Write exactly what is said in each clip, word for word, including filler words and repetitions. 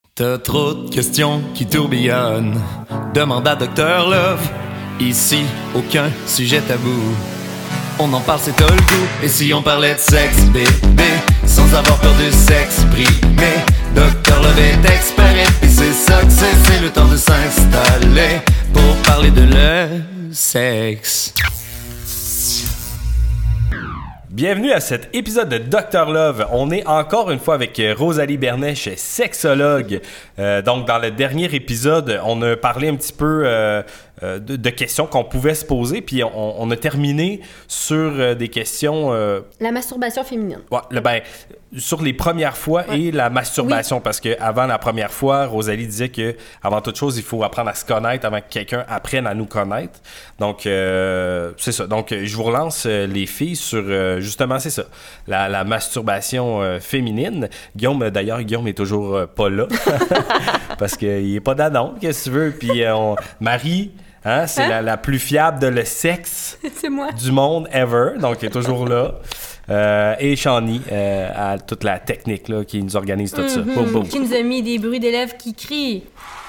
T'as trop de questions qui tourbillonnent. Demande à docteur Love. Ici, aucun sujet tabou. On en parle, c'est t'as le goût. Et si on parlait de sexe, bébé, sans avoir peur de s'exprimer, docteur Love est expert. Et puis c'est ça que c'est, c'est le temps de s'installer pour parler de le sexe. Bienvenue à cet épisode de docteur Love. On est encore une fois avec Rosalie Bernèche, sexologue. Euh, donc, dans le dernier épisode, on a parlé un petit peu euh, de, de questions qu'on pouvait se poser, puis on, on a terminé sur euh, des questions... Euh, la masturbation féminine. Ouais, le, ben, sur les premières fois ouais. et la masturbation, oui. Parce qu'avant la première fois, Rosalie disait que avant toute chose, il faut apprendre à se connaître avant que quelqu'un apprenne à nous connaître. Donc, euh, c'est ça. Donc, je vous relance euh, les filles sur... Euh, justement, c'est ça. La, la masturbation euh, féminine. Guillaume, d'ailleurs, Guillaume est toujours euh, pas là. Parce qu'il est pas d'adon, qu'est-ce que tu veux. Puis, euh, on... Marie... Hein, c'est hein? La, la plus fiable de le sexe c'est moi. Du monde ever, donc elle est toujours là. Euh, et Shani, euh, à toute la technique là, qui nous organise tout mm-hmm. ça. Boum, boum. Qui nous a mis des bruits d'élèves qui crient.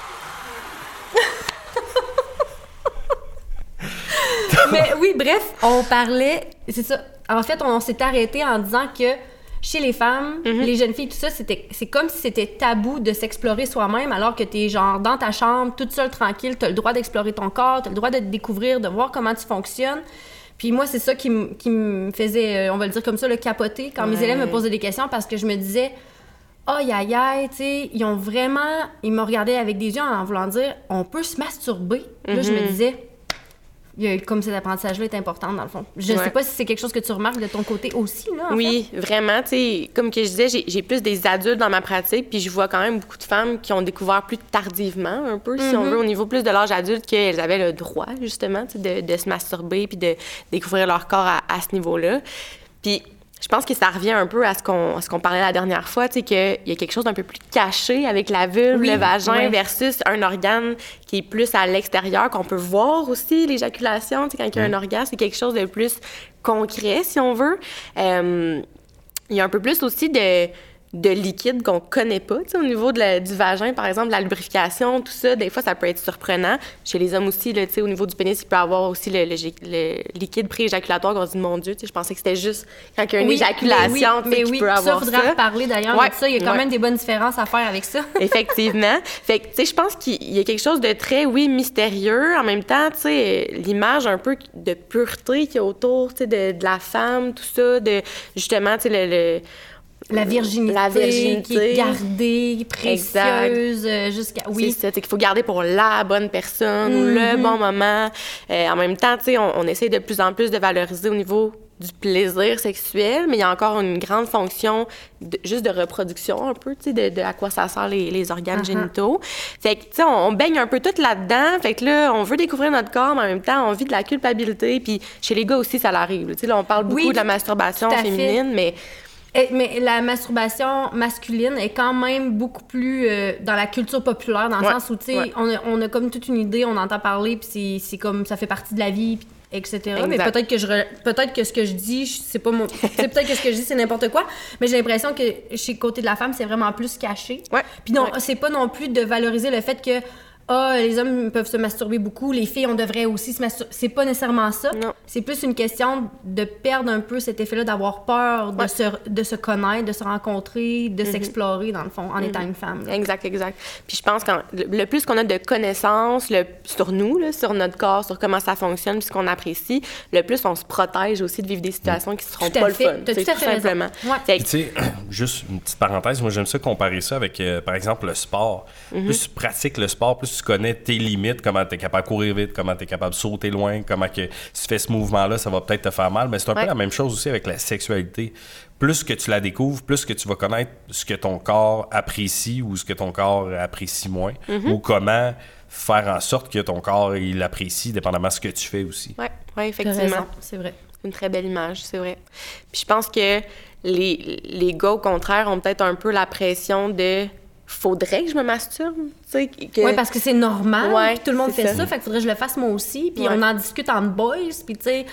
Mais oui, bref, on parlait, c'est ça. En fait, on, on s'est arrêté en disant que chez les femmes, mm-hmm. les jeunes filles, tout ça, c'était, c'est comme si c'était tabou de s'explorer soi-même, alors que t'es genre dans ta chambre, toute seule, tranquille, t'as le droit d'explorer ton corps, t'as le droit de te découvrir, de voir comment tu fonctionnes. Puis moi, c'est ça qui me qui me faisait, on va le dire comme ça, le capoter quand ouais. mes élèves me posaient des questions, parce que je me disais, oh, aïe, aïe, aïe, tu sais, ils ont vraiment, ils me regardaient avec des yeux en voulant dire, on peut se masturber. Mm-hmm. Là, je me disais... Il y a, comme cet apprentissage-là est important, dans le fond. Je ne ouais. sais pas si c'est quelque chose que tu remarques de ton côté aussi, là, en Oui, fait. Vraiment. Tu sais, comme que je disais, j'ai, j'ai plus des adultes dans ma pratique, puis je vois quand même beaucoup de femmes qui ont découvert plus tardivement, un peu, mm-hmm. si on veut, au niveau plus de l'âge adulte, qu'elles avaient le droit, justement, de, de se masturber puis de découvrir leur corps à, à ce niveau-là. Puis... Je pense que ça revient un peu à ce qu'on, à ce qu'on parlait la dernière fois, tu sais, qu'il y a quelque chose d'un peu plus caché avec la vulve, oui, le vagin, ouais. versus un organe qui est plus à l'extérieur, qu'on peut voir aussi, l'éjaculation, tu sais, quand il y a un orgasme, c'est quelque chose de plus concret, si on veut. Euh, il y a un peu plus aussi de... de liquide qu'on connaît pas, tu sais, au niveau de la, du vagin, par exemple, la lubrification, tout ça, des fois, ça peut être surprenant. Chez les hommes aussi, là, tu sais, au niveau du pénis, il peut y avoir aussi le, le, le liquide pré-éjaculatoire qu'on se dit, mon Dieu, tu sais, je pensais que c'était juste quand il y a une oui, éjaculation, oui, tu sais, oui, peut avoir ça. Il faudra reparler, d'ailleurs, ouais, de ça. Il y a quand ouais. même des bonnes différences à faire avec ça. Effectivement. Fait que, tu sais, je pense qu'il y a quelque chose de très, oui, mystérieux. En même temps, tu sais, l'image un peu de pureté qu'il y a autour, tu sais, de, de la femme, tout ça, de, justement, tu sais, le... le La virginité, la virginité qui est gardée, précieuse, euh, jusqu'à... Oui, c'est ça, qu'il faut garder pour la bonne personne, mm-hmm. le bon moment. Euh, en même temps, tu sais, on, on essaie de plus en plus de valoriser au niveau du plaisir sexuel, mais il y a encore une grande fonction de, juste de reproduction un peu, tu sais, de, de à quoi ça sert les, les organes uh-huh. génitaux. Fait que, tu sais, on, on baigne un peu tout là-dedans. Fait que là, on veut découvrir notre corps, mais en même temps, on vit de la culpabilité. Puis chez les gars aussi, ça l'arrive. Tu sais, là, on parle beaucoup oui, de la masturbation féminine, fait. mais... Et, mais la masturbation masculine est quand même beaucoup plus euh, dans la culture populaire, dans le ouais, sens où, tu sais, ouais. on, a, on a comme toute une idée, on entend parler, puis c'est, c'est comme, ça fait partie de la vie, pis, et cetera. Exact. Mais peut-être que je re... peut-être que ce que je dis, c'est pas mon... peut-être que ce que je dis, c'est n'importe quoi, mais j'ai l'impression que chez le côté de la femme, c'est vraiment plus caché. Ouais. Puis non, ouais. c'est pas non plus de valoriser le fait que ah, les hommes peuvent se masturber beaucoup, les filles, on devrait aussi se masturber. C'est pas nécessairement ça. Non. C'est plus une question de perdre un peu cet effet-là, d'avoir peur de, ouais. se, de se connaître, de se rencontrer, de mm-hmm. s'explorer, dans le fond, en mm-hmm. étant une femme. Là. Exact, exact. Puis je pense que le plus qu'on a de connaissances le, sur nous, là, sur notre corps, sur comment ça fonctionne, puis ce qu'on apprécie, le plus on se protège aussi de vivre des situations qui seront tout pas le fait. fun. T'as tout, tout simplement. Ouais. Fait que... Tu sais, juste une petite parenthèse, moi j'aime ça comparer ça avec, euh, par exemple, le sport. Mm-hmm. Plus tu pratiques le sport, plus tu connais tes limites, comment tu es capable de courir vite, comment tu es capable de sauter loin, comment que si tu fais ce mouvement-là, ça va peut-être te faire mal. Mais c'est un ouais. peu la même chose aussi avec la sexualité. Plus que tu la découvres, plus que tu vas connaître ce que ton corps apprécie ou ce que ton corps apprécie moins, mm-hmm. ou comment faire en sorte que ton corps il l'apprécie, dépendamment de ce que tu fais aussi. Oui, ouais, effectivement. C'est vrai. Une très belle image, c'est vrai. Puis je pense que les, les gars, au contraire, ont peut-être un peu la pression de faudrait que je me masturbe, tu sais. Que... Oui, parce que c'est normal, ouais, puis tout le monde fait ça. ça, fait qu'il faudrait que je le fasse moi aussi, puis ouais. on en discute entre boys, puis tu sais,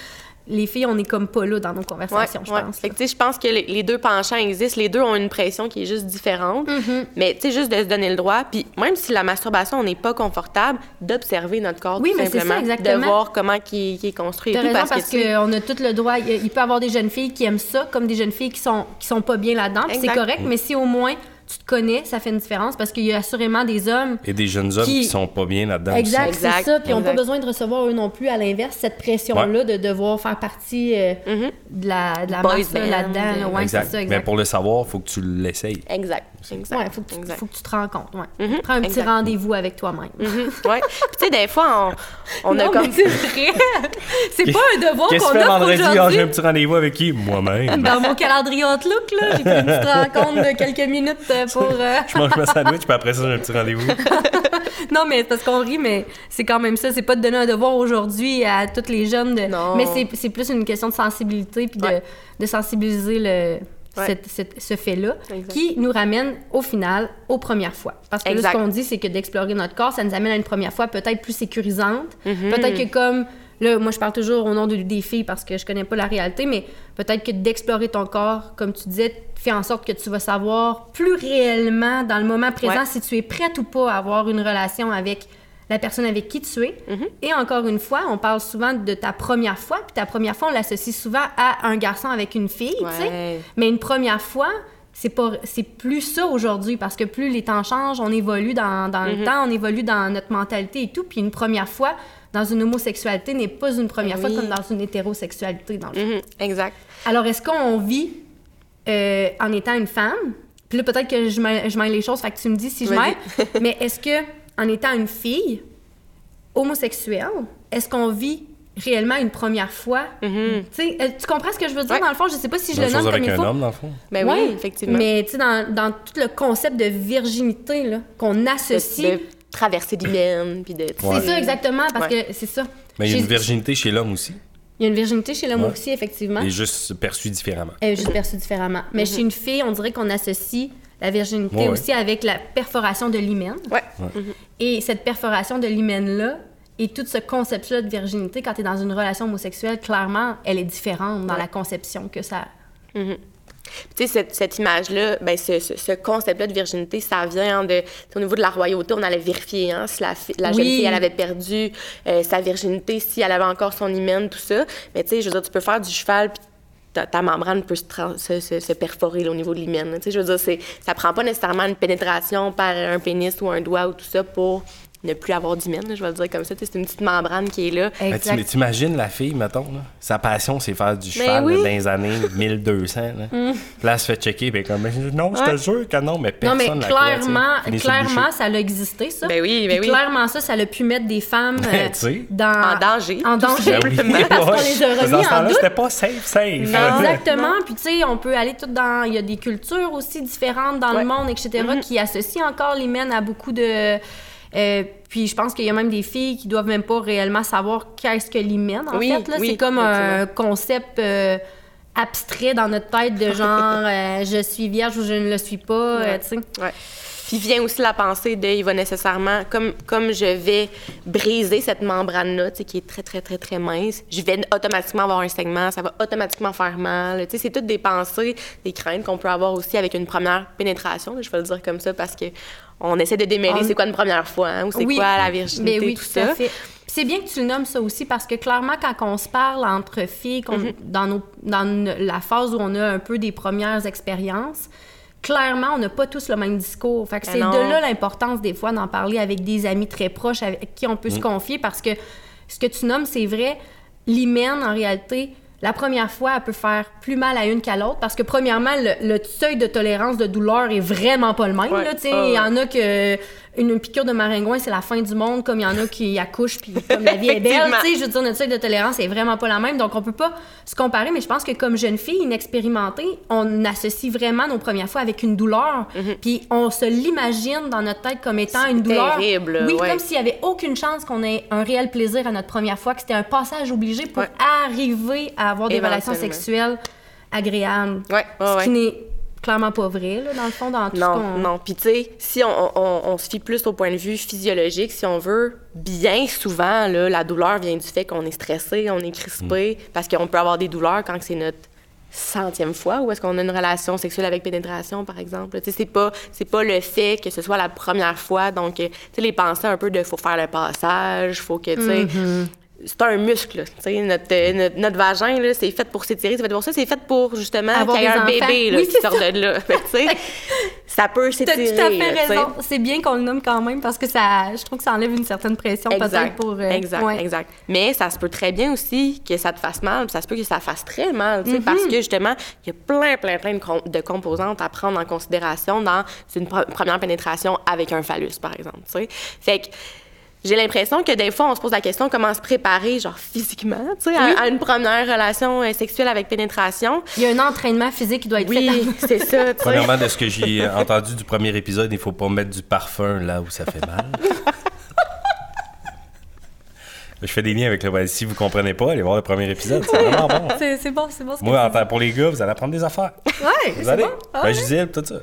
les filles, on est comme pas là dans nos conversations, ouais, je ouais. pense. Fait que, tu sais, je pense que les, les deux penchants existent. Les deux ont une pression qui est juste différente. Mm-hmm. Mais, tu sais, juste de se donner le droit. Puis, même si la masturbation, on n'est pas confortable, d'observer notre corps, Oui, tout mais c'est simplement. ça, exactement. De voir comment il, il est construit. T'as et tout, raison, parce, parce que, qu'on a tout le droit. Il, il peut y avoir des jeunes filles qui aiment ça, comme des jeunes filles qui sont, qui sont pas bien là-dedans. Puis c'est Exact. correct, mais si au moins tu te connais, ça fait une différence parce qu'il y a assurément des hommes. Et des jeunes hommes qui, qui sont pas bien là-dedans. Exact, aussi. c'est Exact, ça. Puis ils n'ont pas exact. besoin de recevoir eux non plus, à l'inverse, cette pression-là de devoir faire partie euh, Mhm. de la, de la Boys masse là, band, là-dedans. là. Ouais, Exact. c'est ça, Mais exact. pour le savoir, il faut que tu l'essayes. Exact. exact. Ouais, faut que, tu, exact. faut que tu te rends compte. Ouais. Mhm, Prends un petit exact. rendez-vous avec toi-même. Mhm, ouais. Puis, tu sais, des fois, on, on a Non, comme. mais c'est vrai. C'est pas un devoir Qu'est-ce que qu'on tu fais offre vendredi? Ah, aujourd'hui. j'ai un petit rendez-vous avec qui? Moi-même. Dans mon calendrier Outlook, là, j'ai pris une petite rencontre de quelques minutes euh, pour... euh, Je mange ma sandwich, puis après ça, j'ai un petit rendez-vous. Non, mais c'est parce qu'on rit, mais c'est quand même ça. C'est pas de donner un devoir aujourd'hui à toutes les jeunes. De... Non. Mais c'est, c'est plus une question de sensibilité puis de, Ouais. de sensibiliser le, Ouais. cette- cette- ce fait-là Exact. qui nous ramène au final aux premières fois. Parce que là, Exact. ce qu'on dit, c'est que d'explorer notre corps, ça nous amène à une première fois peut-être plus sécurisante. Mhm. Peut-être que comme... Là, moi, je parle toujours au nom de- des filles parce que je connais pas la réalité, mais peut-être que d'explorer ton corps, comme tu disais, fait en sorte que tu vas savoir plus réellement, dans le moment présent, Ouais. si tu es prête ou pas à avoir une relation avec la personne avec qui tu es. Mhm. Et encore une fois, on parle souvent de ta première fois, puis ta première fois, on l'associe souvent à un garçon avec une fille, tu sais. Ouais. Mais une première fois, c'est pas c'est plus ça aujourd'hui parce que plus les temps changent, on évolue dans, dans Mhm. le temps, on évolue dans notre mentalité et tout. Puis une première fois dans une homosexualité n'est pas une première Ben fois oui. comme dans une hétérosexualité dans le fond. Mhm, exact. Alors est-ce qu'on vit euh, en étant une femme? Puis là peut-être que je mêle, je mêle les choses, fait que tu me dis si je Vas-y. mêle. Mais est-ce que en étant une fille homosexuelle, est-ce qu'on vit réellement une première fois? Mhm. Tu sais, euh, tu comprends ce que je veux dire Ouais. dans le fond? Je sais pas si je Même le nomme chose comme avec il un faut. homme, dans le fond. Ben Ouais, oui, effectivement. Mais tu sais, dans, dans tout le concept de virginité là, qu'on associe. de, de traverser l'hymen, puis de... tu Ouais. C'est ça, exactement, parce Ouais. que c'est ça. Mais il y a Chez- une virginité chez l'homme aussi. Il y a une virginité chez l'homme Ouais. aussi, effectivement. Elle est juste perçue différemment. Elle est juste perçue différemment. Mais chez une fille, on dirait qu'on associe la virginité Ouais, ouais. aussi avec la perforation de l'hymen. Ouais. Et cette perforation de l'hymen-là et tout ce concept-là de virginité, quand tu es dans une relation homosexuelle, clairement, elle est différente dans Ouais. la conception que ça... Mhm. Tu sais, cette, cette image-là, ben, ce, ce, ce concept-là de virginité, ça vient de... Au niveau de la royauté, on allait vérifier hein, si la, fi- la jeune Oui. fille, elle avait perdu euh, sa virginité, si elle avait encore son hymen, tout ça. Mais tu sais, je veux dire, tu peux faire du cheval, puis ta, ta membrane peut se, trans- se, se, se perforer là, au niveau de l'hymen. Tu sais, je veux dire, c'est, ça prend pas nécessairement une pénétration par un pénis ou un doigt ou tout ça pour ne plus avoir d'hymen, là, je vais le dire comme ça. Tu sais, c'est une petite membrane qui est là. Mais Exact. tu t'imagines la fille, mettons, là, sa passion, c'est faire du cheval oui. là, dans les années mille deux cents. Là. Puis là, elle se fait checker, puis comme, non, je te Ouais. jure que non, mais Non, personne mais la croit, clairement, tu sais. Finit sur le clairement, bûcher. ça a existé, ça. Ben oui, ben Puis oui. clairement, ça, ça a pu mettre des femmes euh, Ben, tu sais. dans... En danger. En danger. Ben oui, Parce qu'on ouais. les a Parce que remis dans ce en temps-là, doute. c'était pas safe, safe. Non. Exactement. Puis, tu sais, on peut aller tout dans... Il y a des cultures aussi différentes dans Ouais. le monde, et cetera, qui associent encore l'hymen à beaucoup de... euh, puis, je pense qu'il y a même des filles qui doivent même pas réellement savoir qu'est-ce que l'hymen, en Oui, fait. Là. oui, C'est comme un effectivement. concept euh, abstrait dans notre tête de genre euh, je suis vierge ou je ne le suis pas, euh, Ouais. tu sais. Ouais. Puis vient aussi la pensée de, il va nécessairement, comme, comme je vais briser cette membrane-là, tu sais, qui est très, très, très, très mince, je vais automatiquement avoir un segment, ça va automatiquement faire mal. Tu sais, c'est toutes des pensées, des craintes qu'on peut avoir aussi avec une première pénétration, là, je vais le dire comme ça, parce que on essaie de démêler On- c'est quoi une première fois, hein, ou c'est Oui. quoi la virginité, Ben oui, tout, tout, ça. à fait. Puis c'est bien que tu le nommes ça aussi parce que clairement, quand on se parle entre filles, qu'on- Mm-hmm. dans, nos, dans n- la phase où on a un peu des premières expériences, clairement, on n'a pas tous le même discours. Fait que Ben c'est non. de là l'importance des fois d'en parler avec des amis très proches avec qui on peut se confier parce que ce que tu nommes, c'est vrai, l'hymen, en réalité, la première fois, elle peut faire plus mal à une qu'à l'autre parce que, premièrement, le, le seuil de tolérance de douleur est vraiment pas le même. Ouais. là, tu sais. Ah ouais. Il y en a que une piqûre de maringouin, c'est la fin du monde, comme il y en a qui accouchent, puis comme la vie est belle. Effectivement. Tu sais, je veux dire, notre seuil de tolérance est vraiment pas la même. Donc, on peut pas se comparer, mais je pense que comme jeune fille inexpérimentée, on associe vraiment nos premières fois avec une douleur. Puis on se l'imagine dans notre tête comme étant C'est une douleur. terrible, Oui, ouais. comme s'il y avait aucune chance qu'on ait un réel plaisir à notre première fois, que c'était un passage obligé pour Ouais. arriver à avoir des relations Éventuellement. sexuelles agréables. Ouais, ouais, Ce qui ouais. n'est clairement pas vrai, là, dans le fond, dans tout non, ce qu'on... Non, Puis tu sais, si on, on, on se fie plus au point de vue physiologique, si on veut, bien souvent, là, la douleur vient du fait qu'on est stressé, on est crispé, mm. parce qu'on peut avoir des douleurs quand c'est notre centième fois ou est-ce qu'on a une relation sexuelle avec pénétration, par exemple. Tu sais, c'est pas, c'est pas le fait que ce soit la première fois. Donc, tu sais, les pensées un peu de « faut faire le passage », faut que, tu sais... Mm-hmm. C'est un muscle, tu sais, notre, notre, notre vagin, là, c'est fait pour s'étirer, c'est fait pour ça, c'est fait pour, justement, avoir qu'il y ait un enfants. bébé, là, oui, qui sort de là. Mais, tu sais, ça peut s'étirer. T'as tout à fait là, raison. C'est bien qu'on le nomme quand même, parce que ça, je trouve que ça enlève une certaine pression, exact, peut-être, pour... Euh, exact, ouais. exact. Mais ça se peut très bien aussi que ça te fasse mal, puis ça se peut que ça fasse très mal, tu sais, mm-hmm. parce que, justement, il y a plein, plein, plein de, com- de composantes à prendre en considération dans une pr- première pénétration avec un phallus, par exemple, tu sais. Fait que j'ai l'impression que des fois, on se pose la question comment se préparer, genre physiquement, tu sais, oui. à, à une première relation euh, sexuelle avec pénétration. Il y a un entraînement physique qui doit être oui, fait. Oui, c'est ça, tu sais. Premièrement, de ce que j'ai entendu du premier épisode, il faut pas mettre du parfum là où ça fait mal. Je fais des liens avec le... Si vous comprenez pas, allez voir le premier épisode, c'est vraiment bon. C'est, c'est bon, c'est bon. Ce Moi, en temps, pour les gars, vous allez apprendre des affaires. Ouais, vous c'est allez. bon. Ah, ben, ouais. Gisèle, tout ça.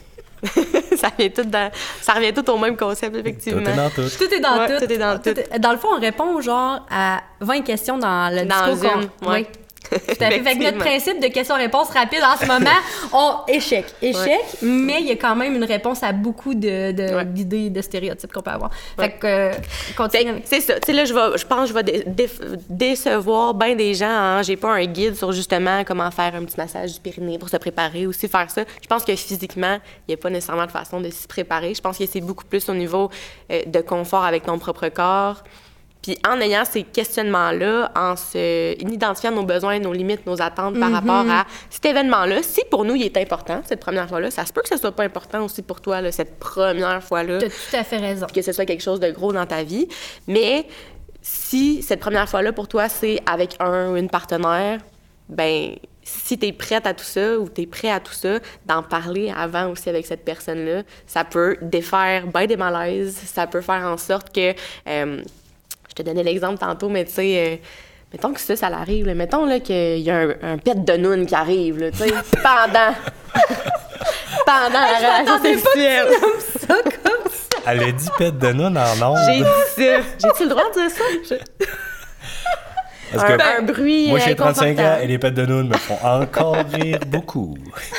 ça, vient tout dans... ça revient tout au même concept, effectivement. Tout est dans tout. Tout est dans ouais, tout. Tout est dans tout. tout. Dans le fond, on répond genre à vingt questions dans le dans discours. Une, qu'on... ouais. Oui. Tout à fait. Fait que notre principe de questions-réponses rapides en ce moment, on échec, échec, ouais. mais il y a quand même une réponse à beaucoup de, de, ouais. d'idées, de stéréotypes qu'on peut avoir. Ouais. Fait que, euh, continue. Avec... C'est ça. Tu sais, là, je, vais, je pense que je vais dé- dé- décevoir bien des gens. Hein. J'ai pas un guide sur justement comment faire un petit massage du périnée pour se préparer, aussi faire ça. Je pense que physiquement, il n'y a pas nécessairement de façon de s'y préparer. Je pense que c'est beaucoup plus au niveau euh, de confort avec ton propre corps. Puis en ayant ces questionnements-là, en, se, en identifiant nos besoins, nos limites, nos attentes par mm-hmm. rapport à cet événement-là, si pour nous, il est important, cette première fois-là, ça se peut que ce soit pas important aussi pour toi, là, cette première fois-là. Tu as tout à fait raison. Que ce soit quelque chose de gros dans ta vie. Mais si cette première fois-là, pour toi, c'est avec un ou une partenaire, ben si tu es prête à tout ça ou tu es prêt à tout ça, d'en parler avant aussi avec cette personne-là, ça peut défaire bien des malaises, ça peut faire en sorte que... Euh, je te donnais l'exemple tantôt, mais tu sais, euh, mettons que ça, ça l'arrive. Là. Mettons là, qu'il y a un, un pet de noun qui arrive, tu sais, pendant, pendant la relation sexuelle. Ça, comme ça. Elle a dit pet de noun en ondes. J'ai dit ça. J'ai-tu le droit de dire ça? Je... Parce un, que, un bruit moi, j'ai trente-cinq ans et les pets de noun me font encore rire beaucoup.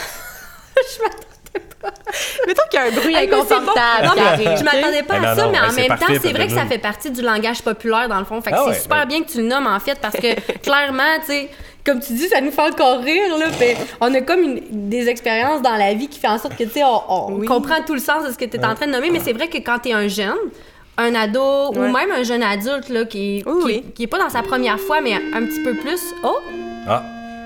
Je m'attendais pas. Mettons qu'il y a un bruit hey, inconfortable bon. qui arrive. Je m'attendais pas non, à ça, non, mais en même parfait, temps, c'est vrai que nous. ça fait partie du langage populaire, dans le fond. Fait que ah c'est ouais, super ouais. bien que tu le nommes, en fait, parce que clairement, tu sais, comme tu dis, ça nous fait encore rire, là. Fait, on a comme une, des expériences dans la vie qui fait en sorte que, tu sais, on, on oui. comprend tout le sens de ce que tu es ouais. en train de nommer, mais c'est vrai que quand tu es un jeune, un ado ouais. ou même un jeune adulte, là, qui, oui, qui, oui. qui est pas dans sa première fois, mais un petit peu plus. Oh! Ah!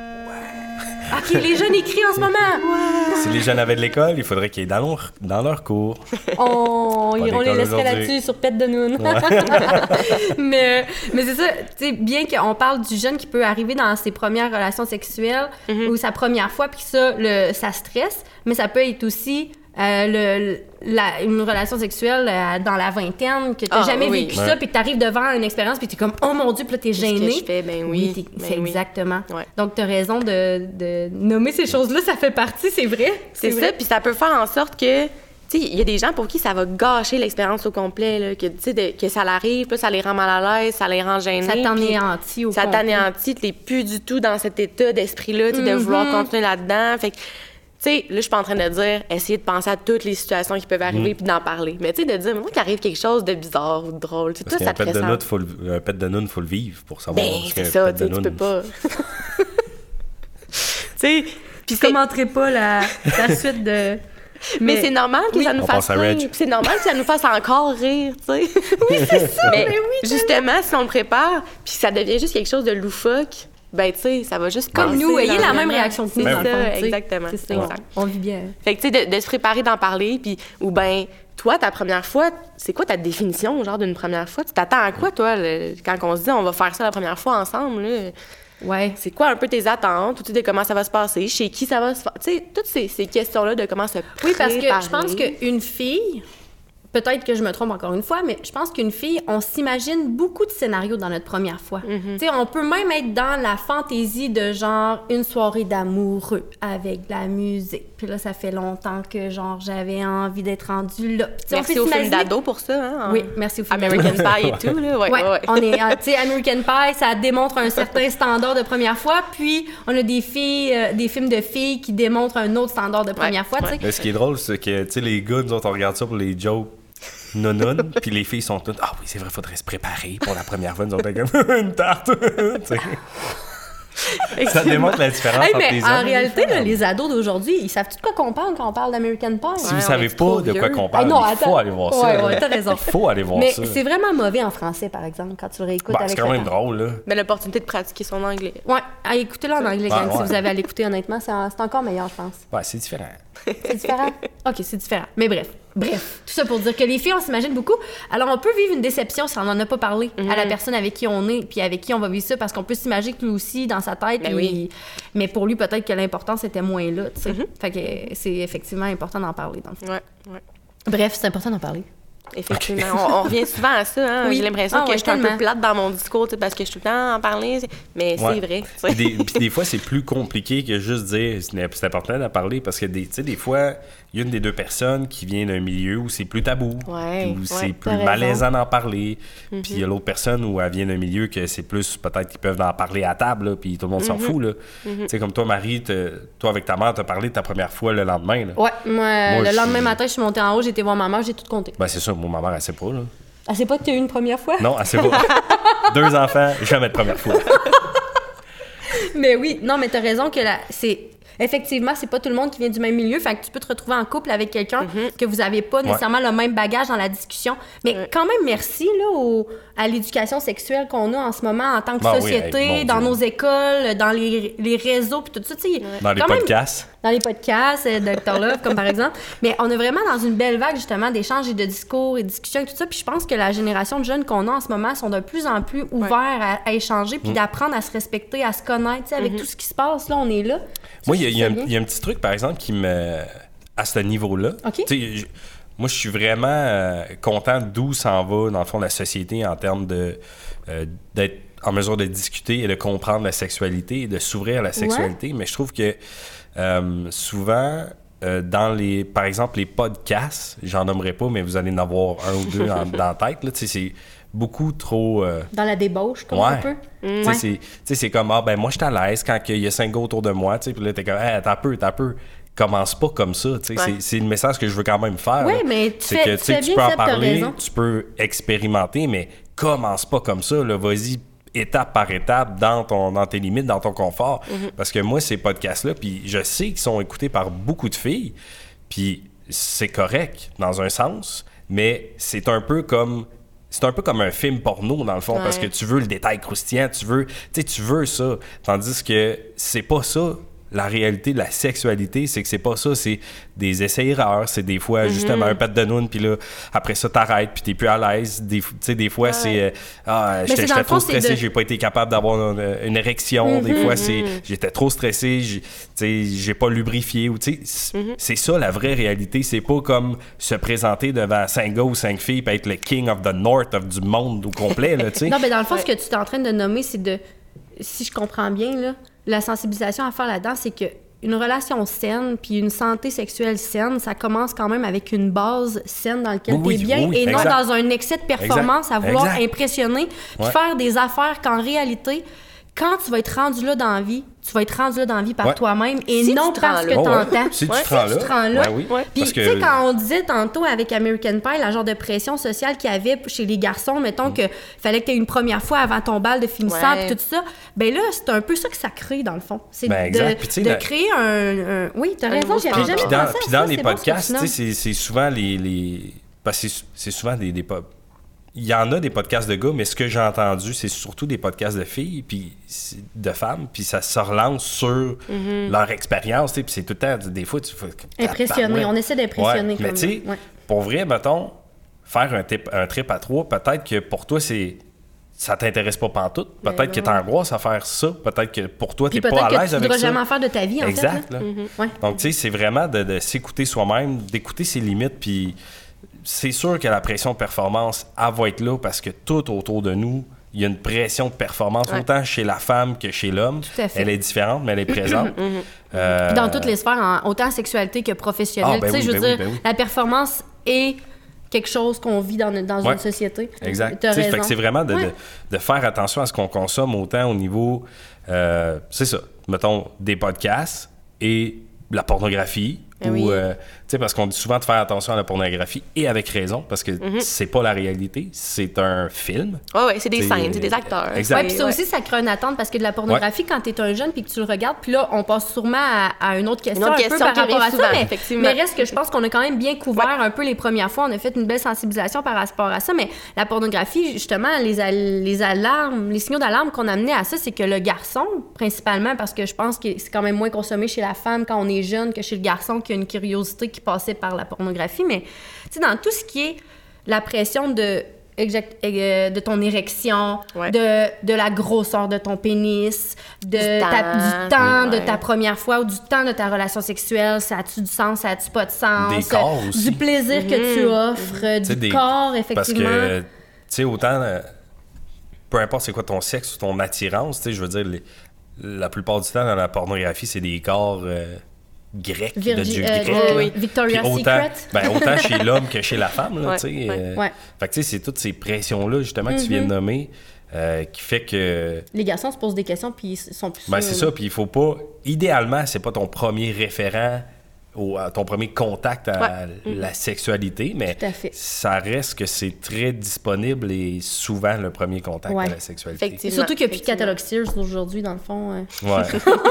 OK, les jeunes écrivent en ce moment. Ouais. Si les jeunes avaient de l'école, il faudrait qu'ils aient dans leur, dans leur cours. On, on les laisserait là-dessus, sur Pet de Noun. Ouais. mais mais c'est ça, tu sais, bien qu'on parle du jeune qui peut arriver dans ses premières relations sexuelles mm-hmm. ou sa première fois, puis ça, le, ça stresse, mais ça peut être aussi euh, le, la, une relation sexuelle euh, dans la vingtaine, que t'as ah, jamais oui. vécu ouais. ça, puis que t'arrives devant une expérience, puis t'es comme « Oh mon Dieu! » Puis là, t'es gêné. Qu'est-ce que je fais? Ben oui. oui ben c'est oui. exactement. Ouais. Donc, t'as raison de, de nommer ces choses-là, ça fait partie, c'est vrai. C'est, c'est ça, puis ça peut faire en sorte que... Tu sais, il y a des gens pour qui ça va gâcher l'expérience au complet, là, que, tu sais, de, que ça l'arrive, puis ça les rend mal à l'aise, ça les rend gênés. Ça t'anéantit au Ça complet. t'anéantit, t'es plus du tout dans cet état d'esprit-là, tu sais, mm-hmm. de vouloir continuer là-dedans. Fait que, tu sais, là, je suis pas en train de dire, essayer de penser à toutes les situations qui peuvent arriver mm. puis d'en parler. Mais tu sais, de dire, moi, qu'il arrive quelque chose de bizarre ou de drôle, tu sais, tout ça te fait ça. Un pet de noun, il faut le vivre pour savoir. Ben, c'est ça, tu sais, tu peux pas. Tu sais, puis je commenterai pas la, la suite de... Mais, mais c'est normal que oui. ça nous On fasse rire. C'est normal que ça nous fasse encore rire, tu sais. Oui, c'est ça. Mais, mais oui, justement, si on le prépare, puis ça devient juste quelque chose de loufoque, ben tu sais, ça va juste comme nous, ayez la même réaction que nous. C'est ça, fond, exactement. C'est ça. Exact. On vit bien. Fait que tu sais, de, de se préparer d'en parler, puis ou ben toi, ta première fois, c'est quoi ta définition, genre d'une première fois? Tu t'attends à quoi, toi, le, quand on se dit on va faire ça la première fois ensemble, là? Ouais. C'est quoi un peu tes attentes, ou tu sais, de comment ça va se passer, chez qui ça va se faire, tu sais, toutes ces, ces questions-là de comment se préparer. Oui, parce que je pense qu'une fille peut-être que je me trompe encore une fois, mais je pense qu'une fille, on s'imagine beaucoup de scénarios dans notre première fois. Mm-hmm. Tu sais, on peut même être dans la fantaisie de genre une soirée d'amoureux avec de la musique. Puis là, ça fait longtemps que genre j'avais envie d'être rendue là. T'sais, merci on au peut film s'imaginer- d'ado pour ça, hein? Oui, merci au film American d'ado. Pie et tout, là. Ouais, Ouais, ouais, ouais. on est, euh, tu sais, American Pie, ça démontre un certain standard de première fois, puis on a des filles, euh, des films de filles qui démontrent un autre standard de première Ouais, fois, tu sais. Mais ce qui est drôle, c'est que, tu sais, les gars, nous autres, on regarde ça pour les jokes non puis les filles sont toutes, ah oui, c'est vrai, faudrait se préparer pour la première fois. Nous autres, on est comme une tarte. Tu sais. Ça démontre la différence Hey, entre mais les en hommes et les réalité, là, femmes. les ados d'aujourd'hui, ils savent tout de quoi qu'on parle quand on parle d'American Pie. Si hein? vous Ouais, savez on est trop pas de quoi vieux. qu'on parle, Ah non, il faut attends. aller voir ça. Ouais, là. ouais, t'as raison. Il faut aller voir Mais ça. c'est vraiment mauvais en français, par exemple, quand tu le réécoutes Bah, avec c'est quand le même temps. drôle, là. Mais l'opportunité de pratiquer son anglais. Ouais, ah, écoutez-le en anglais, Ouais, gang, si ouais. vous avez à l'écouter, honnêtement, c'est c'est encore meilleur, je pense. Ouais, c'est différent. C'est différent? OK, c'est différent. Mais bref, bref. Tout ça pour dire que les filles, on s'imagine beaucoup. Alors, on peut vivre une déception si on n'en a pas parlé à la personne avec qui on est, puis avec qui on va vivre ça, parce qu'on peut s'imaginer que lui aussi, dans sa tête, Ben puis- oui. mais pour lui, peut-être que l'importance était moins là, tu sais. Fait que c'est effectivement important d'en parler, dans le fond. Ouais, ouais. Bref, c'est important d'en parler. Effectivement. On, on revient souvent à ça, hein? Oui. J'ai l'impression Ah que ouais, je suis un tellement. peu plate dans mon discours, tu sais, parce que je suis tout le temps à en parler. Mais Ouais. c'est vrai. tu sais. Puis des, puis des fois, c'est plus compliqué que juste dire c'est c'est important d'en parler parce que des, tu sais, des fois, il y a une des deux personnes qui vient d'un milieu où c'est plus tabou, Ouais, où ouais, c'est plus t'as raison. malaisant d'en parler. Puis il y a l'autre personne où elle vient d'un milieu que c'est plus peut-être qu'ils peuvent en parler à table, là, puis tout le monde s'en fout. Là. Tu sais, comme toi, Marie, te- toi avec ta mère, t'as parlé de ta première fois le lendemain. Là. Ouais, moi, Moi, le je lendemain suis- matin, je suis montée en haut, j'ai été voir ma mère, j'ai tout compté. Ben, c'est ça, moi, ma mère, elle sait pas. Là. Elle sait pas que tu as eu une première fois? Non, elle sait pas. Deux enfants, jamais de première fois. Mais oui, non, mais t'as raison que la, c'est effectivement, c'est pas tout le monde qui vient du même milieu, fait que tu peux te retrouver en couple avec quelqu'un que vous avez pas nécessairement le même bagage dans la discussion. Mais Ouais. quand même, merci là, au- à l'éducation sexuelle qu'on a en ce moment en tant que Ben oui, société, hey, mon dans Dieu. nos écoles, dans les, les réseaux, puis tout ça, tu sais. Dans les quand même- podcasts. dans les podcasts, euh, docteur Love, comme par exemple. Mais on est vraiment dans une belle vague, justement, d'échanges et de discours et de discussions et tout ça. Puis je pense que la génération de jeunes qu'on a en ce moment sont de plus en plus ouverts à, à échanger Mm. puis d'apprendre à se respecter, à se connaître. Tu sais, avec tout ce qui se passe, là, on est là. Moi, il y, a- Ça, il y a un- je trouve ça il y a un petit truc, par exemple, qui me. À ce niveau-là. OK. Tu sais, je- moi, je suis vraiment euh, content d'où s'en va, dans le fond, la société en termes de. euh, d'être en mesure de discuter et de comprendre la sexualité et de s'ouvrir à la sexualité. Mais je trouve que euh, souvent. euh, dans les, par exemple, les podcasts, j'en nommerai pas, mais vous allez en avoir un ou deux en- dans la tête. Là, tu sais, c'est beaucoup trop. euh, Dans la débauche, comme Ouais. un peu. Tu sais, Ouais. c'est- tu sais, c'est comme, ah, ben moi, je suis à l'aise quand il y a cinq gars autour de moi, tu sais, puis là, t'es comme, hey, t'as peu, t'as peu. Commence pas comme ça, tu sais. Ouais. C'est- C'est le message que je veux quand même faire. Ouais, là. mais tu C'est fais- que, tu tu sais, fais tu bien, peux en Seb, t'as parler, raison. tu peux expérimenter, mais commence pas comme ça, là. Vas-y étape par étape dans, ton, dans tes limites, dans ton confort. Mm-hmm. Parce que moi, ces podcasts-là, puis je sais qu'ils sont écoutés par beaucoup de filles, puis c'est correct dans un sens, mais c'est un peu comme c'est un peu comme un film porno dans le fond, Ouais. parce que tu veux le détail croustillant, tu veux tu sais tu veux ça, tandis que c'est pas ça. La réalité de la sexualité, c'est que c'est pas ça, c'est des essais-erreurs, c'est des fois justement un pet de noun, puis là, après ça, t'arrêtes, puis t'es plus à l'aise. Des, tu sais, des fois, c'est euh, ah, c'est j'étais dans j'étais le fond, trop c'est stressé, de- j'ai pas été capable d'avoir une, une érection. Des fois, c'est j'étais trop stressé, j'ai- tu sais, j'ai pas lubrifié. Ou, tu sais, c'est c'est ça la vraie réalité. C'est pas comme se présenter devant cinq gars ou cinq filles et être le king of the north of du monde au complet. Là, tu sais. Non, mais dans le fond, ce que tu es en train de nommer, c'est de, si je comprends bien, là, la sensibilisation à faire là-dedans, c'est que une relation saine puis une santé sexuelle saine, ça commence quand même avec une base saine dans laquelle Oui, tu es oui, bien oui, et non exact. dans un excès de performance Exact, à vouloir exact. impressionner puis Ouais. faire des affaires qu'en réalité, quand tu vas être rendu là dans la vie, tu vas être rendu là dans la vie par Ouais. toi-même et Si non tu te parce rends que là. Oh, ouais. t'entends. Si tu Ouais, te rends si là. tu te rends là. Ben oui. Ouais. Puis, Parce tu que- sais, quand on disait tantôt avec American Pie, la genre de pression sociale qu'il y avait chez les garçons, mettons que fallait que tu aies une première fois avant ton bal de finissant, Ouais. puis tout ça, ben là, c'est un peu ça que ça crée, dans le fond. C'est Ben, de, exact. Puis, tu sais, de la- créer un, un- Oui, t'as Un raison, nouveau j'y avais jamais standard. Puis dans, pensé à puis ça, dans les c'est bon, ce que podcasts, tu tu sais, nommes. c'est c'est souvent les. les... Parce que c'est- c'est souvent des. des po- Il y en a des podcasts de gars, mais ce que j'ai entendu, c'est surtout des podcasts de filles, puis c'est- de femmes, puis ça se relance sur leur expérience, tu sais, puis c'est tout le temps, des fois, tu fais... Impressionner, on essaie d'impressionner. Ouais, mais comme- tu sais, ouais. pour vrai, mettons, faire un, trip- un trip à trois, peut-être que pour toi, c'est... Ça t'intéresse pas pantoute. Peut-être Ben que non. t'angoisses à faire ça. Peut-être que pour toi, Puis t'es peut-être pas à que tu l'aise ne avec voudras ça. jamais en faire de ta vie, en Exact. fait. là. là. Ouais. Donc, tu sais, c'est vraiment de, de s'écouter soi-même, d'écouter ses limites, puis c'est sûr que la pression de performance, elle va être là parce que tout autour de nous, il y a une pression de performance, ouais. autant chez la femme que chez l'homme. Tout à fait. Elle est différente, mais elle est présente. euh... Dans toutes les sphères, en, autant en sexualité que professionnelle. Ah, ben tu sais, oui, je veux ben dire, oui, ben oui. la performance est quelque chose qu'on vit dans, dans ouais. une société. Exact. Fait que c'est vraiment de, ouais. de, de faire attention à ce qu'on consomme autant au niveau, euh, c'est ça, mettons, des podcasts et la pornographie. Ben ou, oui. euh, tu sais, parce qu'on dit souvent de faire attention à la pornographie, et avec raison, parce que mm-hmm. c'est pas la réalité, c'est un film. Oh oui, c'est des scènes, c'est des acteurs. Exact. Ouais, puis ça ouais. aussi, ça crée une attente, parce que de la pornographie, ouais. quand t'es un jeune puis que tu le regardes, puis là, on passe sûrement à, à une autre question, une autre un question peu par rapport à souvent, ça, mais, effectivement. mais reste que je pense qu'on a quand même bien couvert ouais. un peu les premières fois, on a fait une belle sensibilisation par rapport à ça, mais la pornographie, justement, les, al- les alarmes, les signaux d'alarme qu'on a amenés à ça, c'est que le garçon, principalement, parce que je pense que c'est quand même moins consommé chez la femme quand on est jeune que chez le garçon qui a une curiosité qui passait par la pornographie, mais tu sais, dans tout ce qui est la pression de, exact, euh, de ton érection, ouais. de, de la grosseur de ton pénis, de du temps, ta, du temps ouais. de ta première fois ou du temps de ta relation sexuelle, ça a-tu du sens, ça a-tu pas de sens? Des corps aussi. Du plaisir mmh. que tu offres, mmh. du des... corps, effectivement. Parce que, tu sais, autant, euh, peu importe c'est quoi ton sexe ou ton attirance, tu sais, je veux dire, les, la plupart du temps, dans la pornographie, c'est des corps... Euh, grec, Virgi- de dieu grec. Euh, oui. Victoria's autant, Secret. Ben, autant chez l'homme que chez la femme. Là, ouais, tu sais, ouais, euh, ouais. Fait que tu sais, c'est toutes ces pressions-là, justement, que mm-hmm. tu viens de nommer, euh, qui fait que... Les garçons se posent des questions, puis ils sont plus Ben, sûrs. c'est ça, puis il faut pas... Idéalement, c'est pas ton premier référent, au, ton premier contact à ouais. la sexualité, mais ça reste que c'est très disponible et souvent le premier contact ouais. à la sexualité. Surtout qu'il n'y a plus de catalogue Sears aujourd'hui, dans le fond. Euh. Ouais.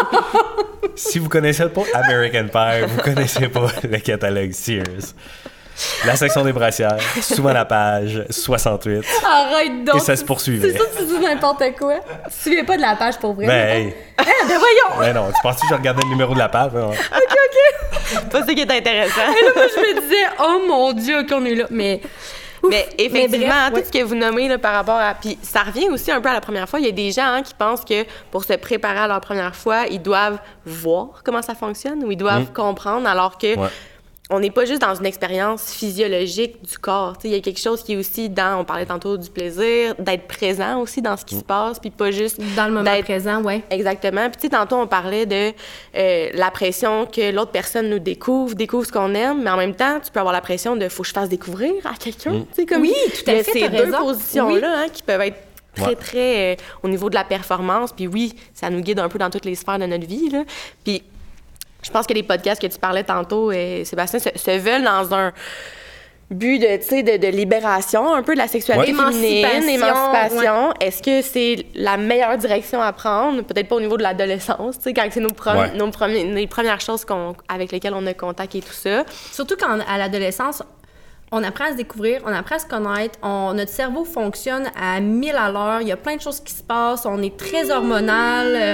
Si vous connaissez pas American Pie, vous connaissez pas le catalogue Sears. La section des brassières, souvent la page soixante-huit. Arrête donc! Et ça se poursuivait. C'est ça, tu dis n'importe quoi. Tu te souviens pas de la page pour vrai? Ben, hey. Hein, ben voyons! Ben non, tu penses que je regardais le numéro de la page? Non. OK, OK. Pas ça qui est intéressant. Et là, moi, je me disais, oh mon Dieu, qu'on est là. Mais... Ouf, mais effectivement, mais bref, ouais. tout ce que vous nommez là, par rapport à... Puis ça revient aussi un peu à la première fois. Il y a des gens hein, qui pensent que pour se préparer à leur première fois, ils doivent voir comment ça fonctionne ou ils doivent mmh. comprendre, alors que... Ouais. On n'est pas juste dans une expérience physiologique du corps. Il y a quelque chose qui est aussi dans, on parlait tantôt du plaisir, d'être présent aussi dans ce qui mmh. se passe, puis pas juste... Dans le moment présent, oui. Exactement. Puis tu sais, tantôt, on parlait de euh, la pression que l'autre personne nous découvre, découvre ce qu'on aime, mais en même temps, tu peux avoir la pression de « faut que je fasse découvrir à quelqu'un mmh. ». Comme oui, tout à fait, ces deux raison. positions-là oui. hein, qui peuvent être très, ouais. très... Euh, au niveau de la performance. Puis oui, ça nous guide un peu dans toutes les sphères de notre vie, là. Puis... Je pense que les podcasts que tu parlais tantôt, euh, Sébastien, se, se veulent dans un but de, tu sais, de, de libération un peu de la sexualité ouais. féminine, émancipation. émancipation. Ouais. Est-ce que c'est la meilleure direction à prendre? Peut-être pas au niveau de l'adolescence, tu sais, quand c'est nos, prom- ouais. nos premiers, les premières choses qu'on, avec lesquelles on a contact et tout ça. Surtout quand, à l'adolescence, on apprend à se découvrir, on apprend à se connaître, on, notre cerveau fonctionne à mille à l'heure, il y a plein de choses qui se passent, on est très hormonal. Euh...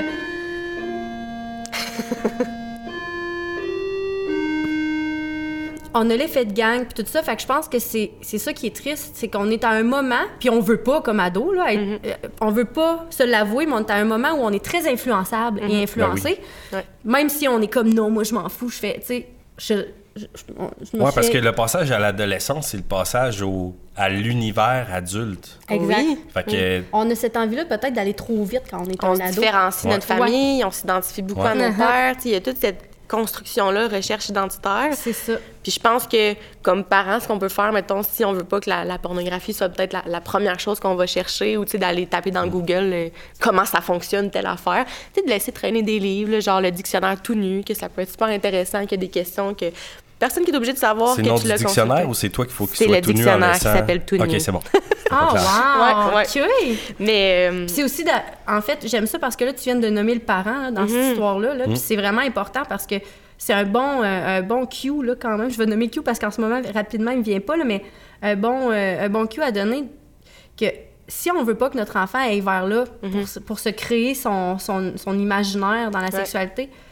On a l'effet de gang, puis tout ça. Fait que je pense que c'est, c'est ça qui est triste, c'est qu'on est à un moment, puis on veut pas, comme ado, là, être, mm-hmm. euh, on veut pas se l'avouer, mais on est à un moment où on est très influençable mm-hmm. et influencé. Ben oui. ouais. Même si on est comme, non, moi, je m'en fous, je fais, tu sais, je... je, je, je ouais, fais... parce que le passage à l'adolescence, c'est le passage au, à l'univers adulte. Exact. Oui. Fait que... oui. On a cette envie-là peut-être d'aller trop vite quand on est on un ado. On se différencie ouais. notre famille, ouais. on s'identifie beaucoup ouais. à nos pères, il y a toute cette construction-là, recherche identitaire. C'est ça. Puis je pense que, comme parents, ce qu'on peut faire, mettons, si on veut pas que la, la pornographie soit peut-être la, la première chose qu'on va chercher, ou, tu sais, d'aller taper dans Google euh, comment ça fonctionne, telle affaire, tu sais, de laisser traîner des livres, là, genre le dictionnaire tout nu, que ça peut être super intéressant, qu'il y a des questions que... Personne qui est obligé de savoir c'est que le nom tu l'as du dictionnaire consulté. Ou c'est toi qu'il faut qu'il c'est soit le tout nu en dictionnaire laissant... qui s'appelle tout nu. OK, c'est bon. Ah, oh, wow! Ouais, ouais. OK! Mais... Euh... c'est aussi... De... En fait, j'aime ça parce que là, tu viens de nommer le parent là, dans mm-hmm. cette histoire-là. Là, mm-hmm. Puis c'est vraiment important parce que c'est un bon, euh, un bon cue, là, quand même. Je vais nommer Q parce qu'en ce moment, rapidement, il ne me vient pas, là, mais un bon, euh, un bon cue à donner que si on veut pas que notre enfant aille vers là mm-hmm. pour, pour se créer son, son, son imaginaire dans la ouais. sexualité,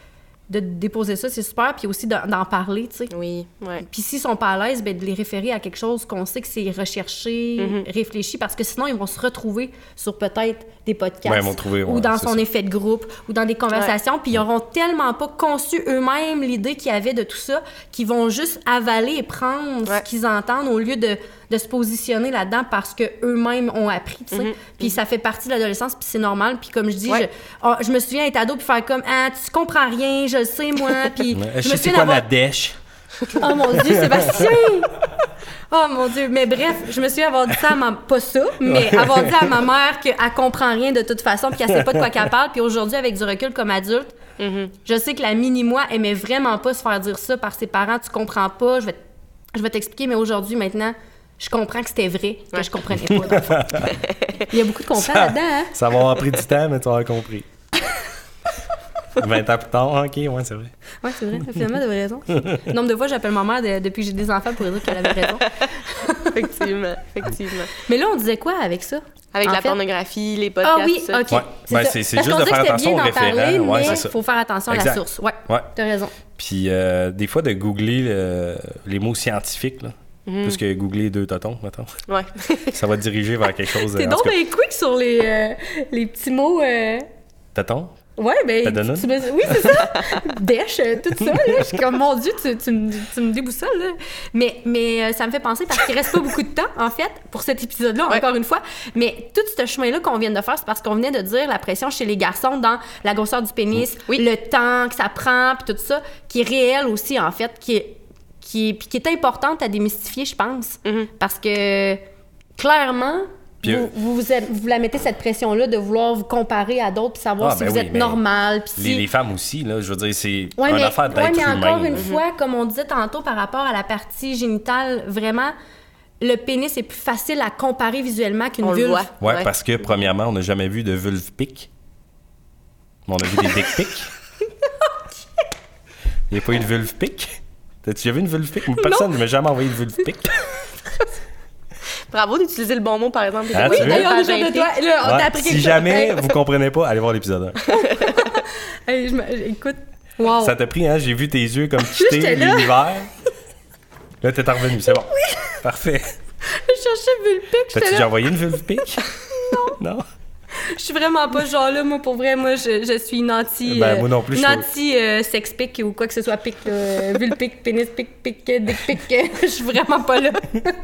de déposer ça, c'est super, puis aussi d'en, d'en parler, tu sais. Oui, ouais. Puis s'ils sont pas à l'aise, ben de les référer à quelque chose qu'on sait que c'est recherché, Mm-hmm. réfléchi, parce que sinon, ils vont se retrouver sur peut-être des podcasts, Ouais, ils vont trouver, ou ouais, dans c'est son ça. effet de groupe, ou dans des conversations, puis ils auront tellement pas conçu eux-mêmes l'idée qu'il y avait de tout ça, qu'ils vont juste avaler et prendre Ouais. ce qu'ils entendent au lieu de, de se positionner là-dedans parce que eux-mêmes ont appris, tu sais. Mm-hmm. Puis ça fait partie de l'adolescence, puis c'est normal. Puis comme je dis, Ouais. je, oh, je me souviens être ado puis faire comme « Ah, tu comprends rien, je le sais, moi. » Puis Ouais. je Je me sais c'est souviens quoi d'avoir... la dèche? Oh mon Dieu, Sébastien! Oh mon Dieu. Mais bref, je me suis avoir dit ça à ma... Pas ça, mais avoir dit à ma mère qu'elle comprend rien de toute façon puis qu'elle sait pas de quoi qu'elle parle. Puis aujourd'hui, avec du recul comme adulte, Mm-hmm. je sais que la mini-moi aimait vraiment pas se faire dire ça par ses parents. Tu comprends pas, je vais, t- je vais t'expliquer, mais aujourd'hui, maintenant, je comprends que c'était vrai, que Ouais. je comprenais pas. dans le fond. Il y a beaucoup de comprendre là-dedans, hein? Ça va avoir pris du temps, mais tu vas avoir compris. vingt ans plus tard, ok, ouais, c'est vrai. Ouais, c'est vrai. Finalement, t'avais raison. Le nombre de fois, j'appelle ma mère de- depuis que j'ai des enfants pour lui dire qu'elle avait raison. Effectivement, effectivement. Mais là, on disait quoi avec ça? Avec En la fait- pornographie, les podcasts, Ah oui, tout ça. OK. Ouais. Ben, ça. c'est- c'est Parce juste qu'on de disait faire que c'était attention bien aux d'en parler, référents. Ouais, mais c'est ça. il faut faire attention à la Exact. source. Ouais, Ouais. t'as raison. Puis euh, des fois, de googler euh, les mots scientifiques, là, plus que googler deux totons, mettons. Ouais. Ça va te diriger vers quelque chose. T'es en donc tout cas, bien quick sur les, euh, les petits mots... euh, Totons? Ouais, ben... Ta donne tu me- Oui, c'est ça. Dèche, euh, tout ça, là. Je suis comme, mon Dieu, tu, tu, me, tu me déboussoles, là. Mais, mais euh, ça me fait penser, parce qu'il reste pas beaucoup de temps, en fait, pour cet épisode-là, Ouais. encore une fois. Mais tout ce chemin-là qu'on vient de faire, c'est parce qu'on venait de dire la pression chez les garçons dans la grosseur du pénis, Oui. le temps que ça prend, puis tout ça, qui est réel aussi, en fait, qui est, qui est, puis qui est importante à démystifier, je pense. Mhm. Parce que, clairement... Puis, vous, vous, vous, êtes- vous la mettez cette pression-là de vouloir vous comparer à d'autres puis savoir Ah, si ben vous oui, êtes mais normal. Puis si... Les, les femmes aussi, là, je veux dire, c'est Ouais, une mais, affaire ouais, d'être mais humain. encore une là. fois, comme on disait tantôt par rapport à la partie génitale, vraiment, le pénis est plus facile à comparer visuellement qu'une On le vulve. voit. Ouais, Ouais. parce que, premièrement, on n'a jamais vu de vulve pic. On a vu des dick pics. Il n'y a pas eu de vulve pic. T'as-tu déjà vu une vulve pic? Personne ne m'a jamais envoyé de vulve pic. Bravo d'utiliser le bon mot, par exemple. Ah, Oui, tu veux? hey, on est fiers de toi. Là, on Ouais, t'a appris quelque si chose. jamais Hey, vous comprenez pas, allez voir l'épisode un. hey, je me- écoute, wow. Ça t'a pris, hein? J'ai vu tes yeux comme quitter J'étais là. l'univers. Là, t'es revenu, c'est bon. Parfait. Je cherchais vulpic, T'as-tu j'étais déjà là. envoyé une vulve pic? Non. Non? Je suis vraiment pas ce genre-là, moi, pour vrai. Moi, je, je suis une anti... Ben, euh, moi non plus, Une je- anti-sex pic ou quoi que ce soit pic, là. Euh, vulpic, pénis pic, pic, dick pic. euh, Je suis vraiment pas là.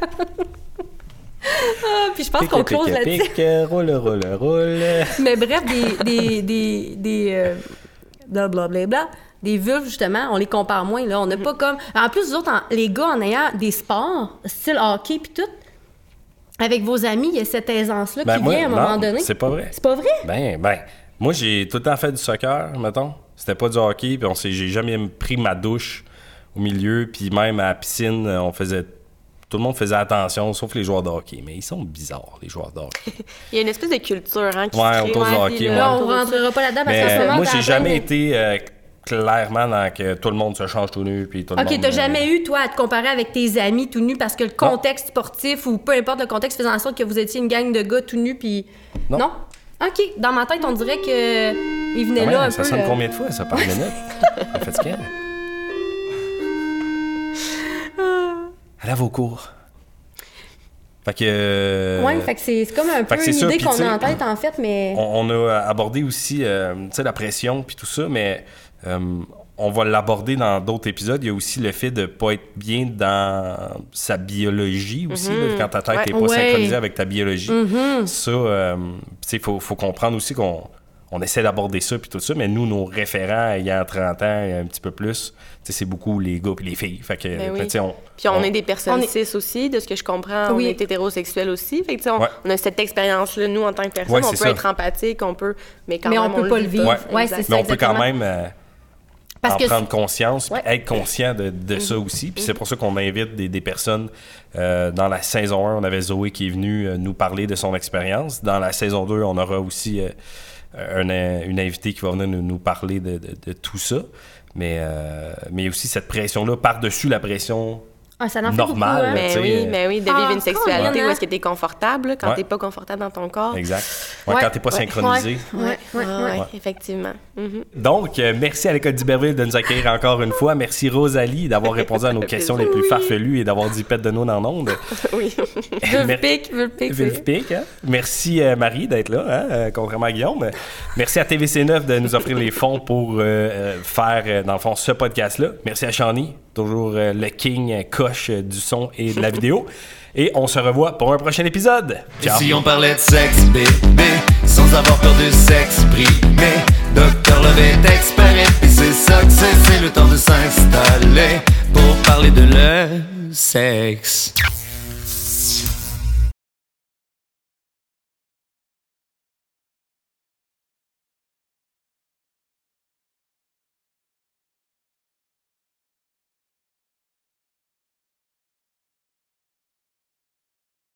Ah, puis je pense Pic, qu'on pic, close là-dessus. pic, roule, roule, roule. Mais bref, des... des, des, des euh, blablabla, des vulves, justement, on les compare moins, là. On n'a pas comme... En plus, vous autres, en- les gars, en ayant des sports, style hockey puis tout, avec vos amis, il y a cette aisance-là Ben, qui moi, vient à un moment non, donné. c'est pas vrai. C'est pas vrai? Ben, ben, moi, j'ai tout le temps fait du soccer, mettons. C'était pas du hockey, puis on s'est, j'ai jamais pris ma douche au milieu, puis même à la piscine, on faisait... Tout le monde faisait attention, sauf les joueurs de hockey. Mais ils sont bizarres, les joueurs de hockey. Il y a une espèce de culture hein, qui Ouais, se crée. autour du Ouais, hockey, puis ouais. Là, on autour de ça. rentrera pas là-dedans parce Mais qu'en ce euh, moment, moi, t'as j'ai plein jamais de- été euh, clairement dans que tout le monde se change tout nu, puis tout le OK, monde... t'as euh, jamais eu, toi, à te comparer avec tes amis tout nus parce que le contexte sportif ou peu importe le contexte faisait en sorte que vous étiez une gang de gars tout nus, puis... Non. OK. Dans ma tête, on dirait que il venait Ouais, là un ça peu... sonne euh, combien de fois, ça, par minute? C'est fatigant. Allez à vos cours. Fait que... euh, Ouais, fait que c'est c'est comme un peu fait que c'est une ça, idée puis qu'on tu sais, a en tête, en fait, mais... On, on a abordé aussi, euh, tu sais, la pression puis tout ça, mais euh, on va l'aborder dans d'autres épisodes. Il y a aussi le fait de pas être bien dans sa biologie aussi, là, quand ta tête Ouais. n'est pas Ouais. synchronisée avec ta biologie. Mhm. Ça, euh, tu sais, il faut, faut comprendre aussi qu'on on essaie d'aborder ça puis tout ça, mais nous, nos référents, ayant trente ans et un petit peu plus, tu sais, c'est beaucoup les gars puis les filles. Fait que, Ben oui. ben, tu sais, on... Puis on, on- est des personnes on est- cis aussi, de ce que je comprends. Oui. On est hétérosexuels aussi. Fait que, tu sais, on, Ouais. on a cette expérience-là, nous, en tant que personne. Ouais, on c'est peut ça. être empathique, on peut... Mais quand Mais on même, peut pas le vit vivre. Ouais. Ouais, Exact. c'est ça. Mais on peut quand exactement. même euh, Parce en que prendre c'est- conscience, puis Ouais. être conscient de, de ça aussi. Puis c'est pour ça qu'on invite des, des personnes. Euh, dans la saison un, on avait Zoé qui est venue euh, nous parler de son expérience. Dans la saison deux, on aura aussi euh, un- une invitée qui va venir nous, nous parler de, de- de tout ça. Mais, euh, mais aussi cette pression-là, par-dessus la pression Ah, ça en fait normale. beaucoup, hein. Mais tu sais, oui, euh, mais oui, de Ah, vivre une sexualité Colin, où hein? est-ce que t'es confortable, quand Ouais. t'es pas confortable dans ton corps. exact. Ouais, Ouais, quand t'es pas ouais, synchronisé. Ouais, ouais, ouais. Ah, ouais. ouais, effectivement. Mhm. Donc, euh, merci à l'École d'Iberville de nous accueillir encore une fois. Merci Rosalie d'avoir répondu à nos questions les plus farfelues et d'avoir dit pète de nous dans l'onde. Oui. Mer- Vulpic, Vulpic. Vulpic, hein? Merci euh, Marie d'être là, hein, euh, contrairement à Guillaume. Merci à T V C neuf de nous offrir les fonds pour euh, euh, faire, euh, dans le fond, ce podcast-là. Merci à Shani, toujours euh, le king euh, coche euh, du son et de la vidéo. Et on se revoit pour un prochain épisode. Et Ciao! si on parlait de sexe, bébé, sans avoir peur de s'exprimer, Docteur Love est expert et puis c'est ça que c'est, c'est le temps de s'installer pour parler de le sexe.